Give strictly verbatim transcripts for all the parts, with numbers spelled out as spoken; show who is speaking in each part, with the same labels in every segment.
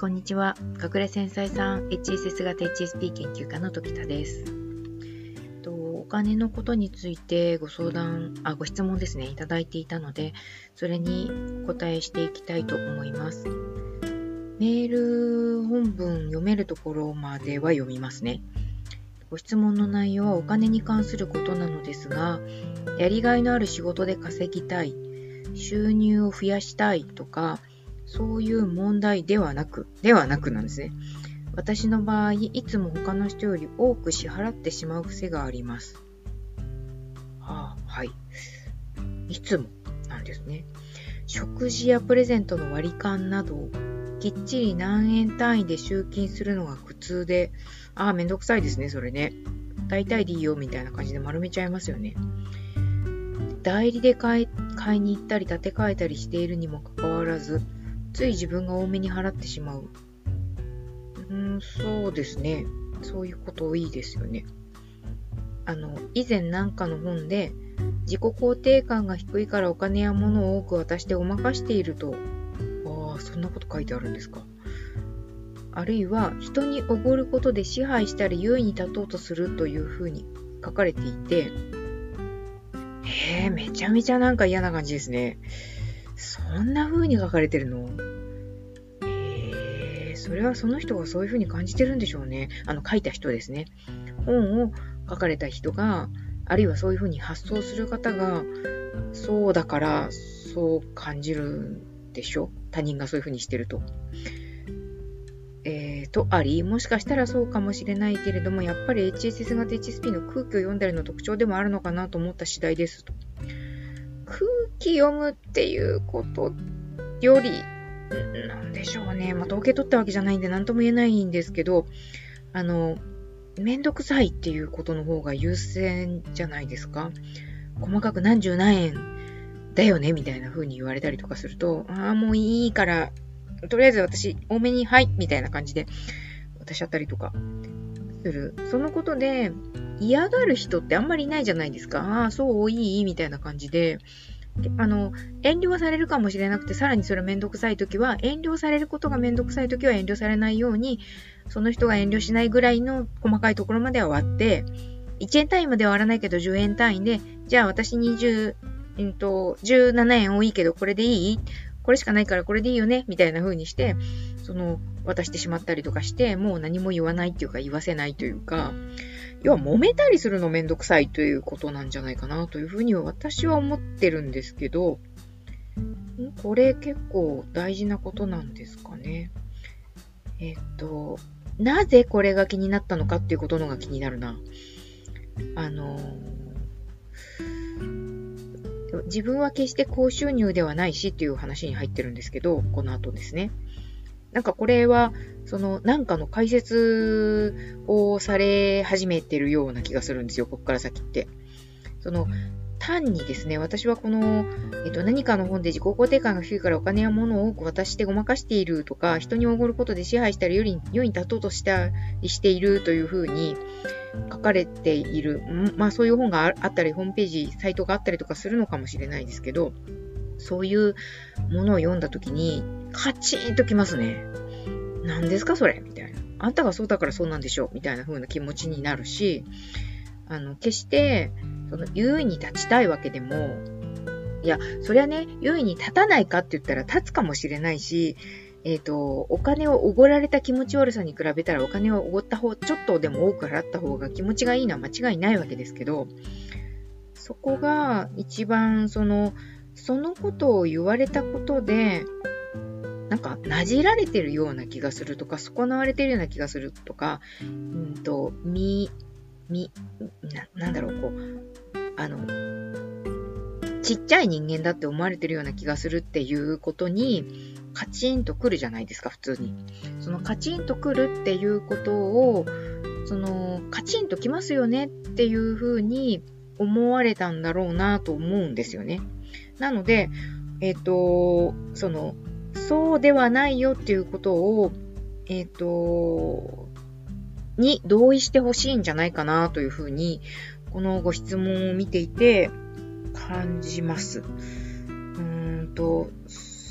Speaker 1: こんにちは。隠れ繊細さん エイチエスエス 型 エイチエスピー 研究家の時田です。とお金のことについてご相談、あ、ご質問ですね、いただいていたので、それにお答えしていきたいと思います。メール本文読めるところまでは読みますね。ご質問の内容はお金に関することなのですが、やりがいのある仕事で稼ぎたい、収入を増やしたいとか、そういう問題ではなく、ではなくなんですね。私の場合、いつも他の人より多く支払ってしまう癖があります。はあ、はい。いつもなんですね。食事やプレゼントの割り勘など、きっちり何円単位で集金するのが苦痛で、ああ、めんどくさいですね、それね。大体でいいよ、みたいな感じで丸めちゃいますよね。代理で買い、買いに行ったり、立て替えたりしているにもかかわらず、つい自分が多めに払ってしまう。うーん、そうですね。そういうこと多いですよね。あの、以前なんかの本で、自己肯定感が低いからお金や物を多く渡してごまかしていると、ああ、そんなこと書いてあるんですか。あるいは、人におごることで支配したり優位に立とうとするというふうに書かれていて、へえ、めちゃめちゃなんか嫌な感じですね。そんな風に書かれてるの？えー、それはその人がそういう風に感じてるんでしょうね。あの、書いた人ですね。本を書かれた人が、あるいはそういう風に発想する方が、そうだから、そう感じるんでしょ？他人がそういう風にしてると。えー、とあり、もしかしたらそうかもしれないけれども、やっぱり エイチエスエス 型 エイチエスピー の空気を読んだりの特徴でもあるのかなと思った次第ですと。空気読むっていうことより、なんでしょうね。まあ、統計取ったわけじゃないんで何とも言えないんですけど、あの、めんどくさいっていうことの方が優先じゃないですか。細かく何十何円だよねみたいな風に言われたりとかすると、ああ、もういいから、とりあえず私多めにはいみたいな感じで渡しちゃったりとかする。そのことで嫌がる人ってあんまりいないじゃないですか。ああ、そういいみたいな感じで、あの遠慮はされるかもしれなくて、さらにそれめんどくさいときは、遠慮されることがめんどくさいときは遠慮されないように、その人が遠慮しないぐらいの細かいところまでは割って、いちえん単位までは割らないけどじゅうえん単位で、じゃあ私にじゅう、えっと、じゅうななえん多いけどこれでいい？これしかないからこれでいいよねみたいな風にして、その渡してしまったりとかして、もう何も言わないっていうか言わせないというか、要は揉めたりするのめんどくさいということなんじゃないかなというふうには私は思ってるんですけど、これ結構大事なことなんですかね。えっと、なぜこれが気になったのかっていうことのが気になるな。あの、自分は決して高収入ではないしっていう話に入ってるんですけど、この後ですね。なんかこれは、その、なんかの解説をされ始めてるような気がするんですよ、ここから先って。その、単にですね、私はこの、えっと、何かの本で自己肯定感が低いからお金や物を多く渡してごまかしているとか、人におごることで支配したり、より世に立とうとしたりしているというふうに書かれている。まあそういう本があったり、ホームページ、サイトがあったりとかするのかもしれないですけど、そういうものを読んだときに、カチーンときますね。何ですかそれみたいな。あんたがそうだからそうなんでしょみたいな風な気持ちになるし、あの、決して、その、優位に立ちたいわけでも、いや、そりゃね、優位に立たないかって言ったら立つかもしれないし、えっと、お金をおごられた気持ち悪さに比べたらお金をおごった方、ちょっとでも多く払った方が気持ちがいいのは間違いないわけですけど、そこが一番その、そのことを言われたことで、なんか、なじられてるような気がするとか、損なわれてるような気がするとか、うんと、み、み、な、なんだろう、こう、あの、ちっちゃい人間だって思われてるような気がするっていうことに、カチンとくるじゃないですか、普通に。そのカチンとくるっていうことを、その、カチンときますよねっていうふうに思われたんだろうなと思うんですよね。なので、えっと、その、そうではないよっていうことを、えっと、に同意してほしいんじゃないかなというふうに、このご質問を見ていて感じます。うーんと、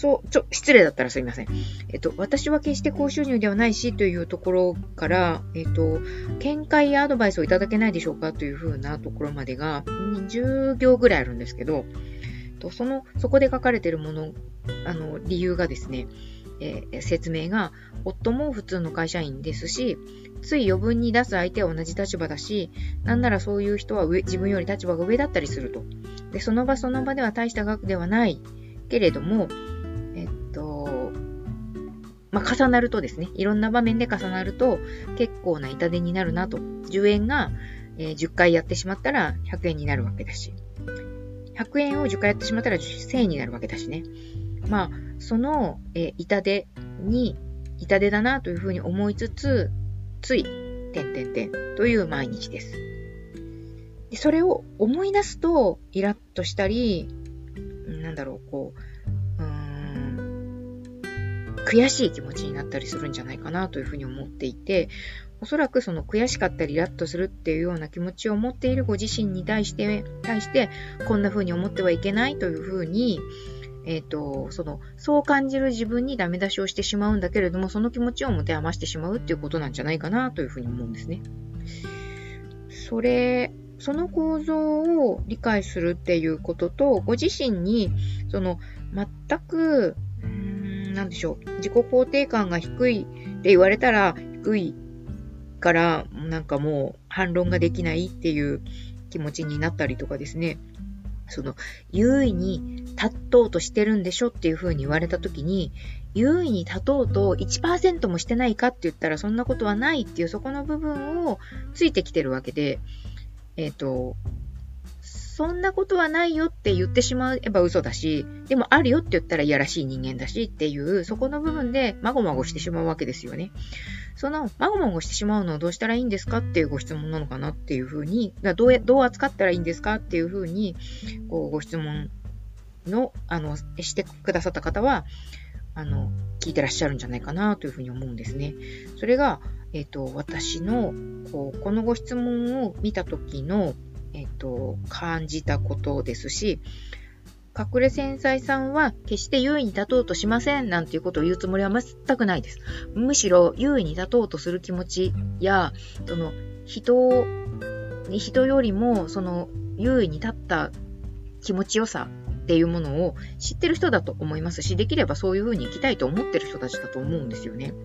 Speaker 1: そう、ちょ、失礼だったらすいません。えっと、私は決して高収入ではないしというところから、えっと、見解やアドバイスをいただけないでしょうかというふうなところまでがにじゅうぎょうぐらいあるんですけど、その、そこで書かれているもの、あの、理由がですね、えー、説明が、夫も普通の会社員ですし、つい余分に出す相手は同じ立場だし、なんならそういう人は上、自分より立場が上だったりすると。で、その場その場では大した額ではないけれども、えっと、まあ、重なるとですね、いろんな場面で重なると結構な痛手になるなと。じゅうえんが、えー、じゅっかいやってしまったらひゃくえんになるわけだし、ひゃくえんをじゅっかいやってしまったらせんえんになるわけだしね。まあ、その、えー、痛手に、痛手だなというふうに思いつつ、つい、てんてんてんという毎日です。でそれを思い出すと、イラッとしたり、なんだろう、こう、うーん、悔しい気持ちになったりするんじゃないかなというふうに思っていて、おそらくその悔しかったりイラッとするっていうような気持ちを持っているご自身に対して、対して、こんなふうに思ってはいけないというふうに、えっと、その、そう感じる自分にダメ出しをしてしまうんだけれども、その気持ちを持て余してしまうっていうことなんじゃないかなというふうに思うんですね。それ、その構造を理解するっていうことと、ご自身に、その、全く、うーん、なんでしょう、自己肯定感が低いって言われたら、低いから、なんかもう反論ができないっていう気持ちになったりとかですね、その、優位に立とうとしてるんでしょっていう風に言われたときに、優位に立とうと いちパーセント もしてないかって言ったらそんなことはないっていうそこの部分をついてきてるわけで、えっと、そんなことはないよって言ってしまえば嘘だし、でもあるよって言ったらいやらしい人間だしっていう、そこの部分でまごまごしてしまうわけですよね。そのまごまごしてしまうのをどうしたらいいんですかっていうご質問なのかなっていうふうに、どうや、どう扱ったらいいんですかっていうふうに、こうご質問の、あの、してくださった方は、あの、聞いてらっしゃるんじゃないかなというふうに思うんですね。それが、えっと、私の、こう、このご質問を見たときの、えっと、感じたことですし、隠れ繊細さんは決して優位に立とうとしませんなんていうことを言うつもりは全くないです。むしろ優位に立とうとする気持ちや、その人に、人よりもその優位に立った気持ちよさっていうものを知ってる人だと思いますし、できればそういう風に生きたいと思ってる人たちだと思うんですよね。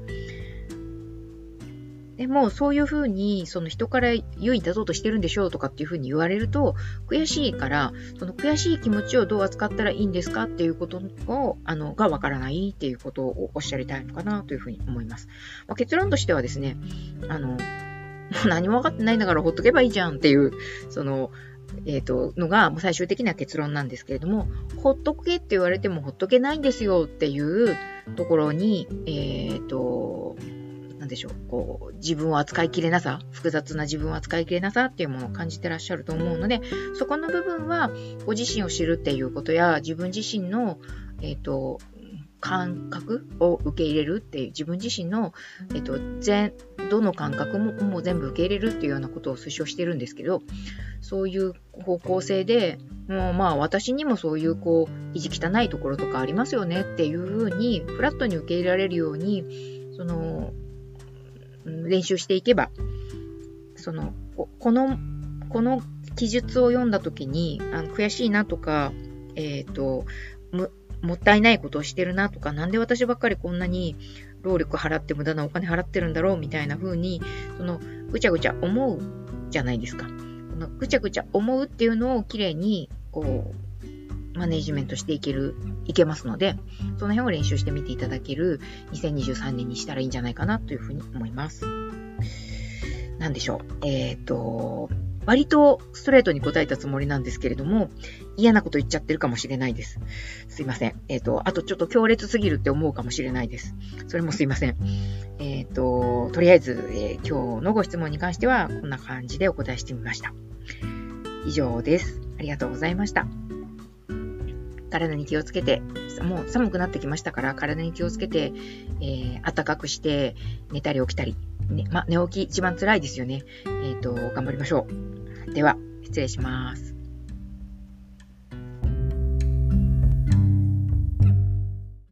Speaker 1: でも、そういうふうに、その人から優位に立とうとしてるんでしょうとかっていうふうに言われると、悔しいから、その悔しい気持ちをどう扱ったらいいんですかっていうことを、あの、がわからないっていうことをおっしゃりたいのかなというふうに思います。まあ、結論としてはですね、あの、もう何も分かってないんだからほっとけばいいじゃんっていう、その、えっと、のが最終的な結論なんですけれども、ほっとけって言われてもほっとけないんですよっていうところに、えっと、なんでしょう、こう、自分を扱いきれなさ、複雑な自分を扱いきれなさっていうものを感じてらっしゃると思うので、そこの部分は、ご自身を知るっていうことや、自分自身の、えっと、感覚を受け入れるっていう、自分自身の、えっと、全、どの感覚も、もう全部受け入れるっていうようなことを推奨してるんですけど、そういう方向性で、もうまあ私にもそういうこう、意地汚いところとかありますよねっていうふうに、フラットに受け入れられるように、その、練習していけば、その、この、この記述を読んだときに、あの悔しいなとか、えっと、む、もったいないことをしてるなとか、なんで私ばっかりこんなに労力払って無駄なお金払ってるんだろうみたいな風に、その、ぐちゃぐちゃ思うじゃないですか。そのぐちゃぐちゃ思うっていうのをきれいに、こう、マネジメントしていける、いけますので、その辺を練習してみていただけるにせんにじゅうさんねんにしたらいいんじゃないかなというふうに思います。なんでしょう。えっと、割とストレートに答えたつもりなんですけれども、嫌なこと言っちゃってるかもしれないです。すいません。えっと、あとちょっと強烈すぎるって思うかもしれないです。それもすいません。えっと、とりあえず、えー、今日のご質問に関してはこんな感じでお答えしてみました。以上です。ありがとうございました。体に気をつけて、もう寒くなってきましたから体に気をつけて、えー、暖かくして寝たり起きたり、ね、ま、寝起き一番辛いですよね。えっと、頑張りましょう。では、失礼します。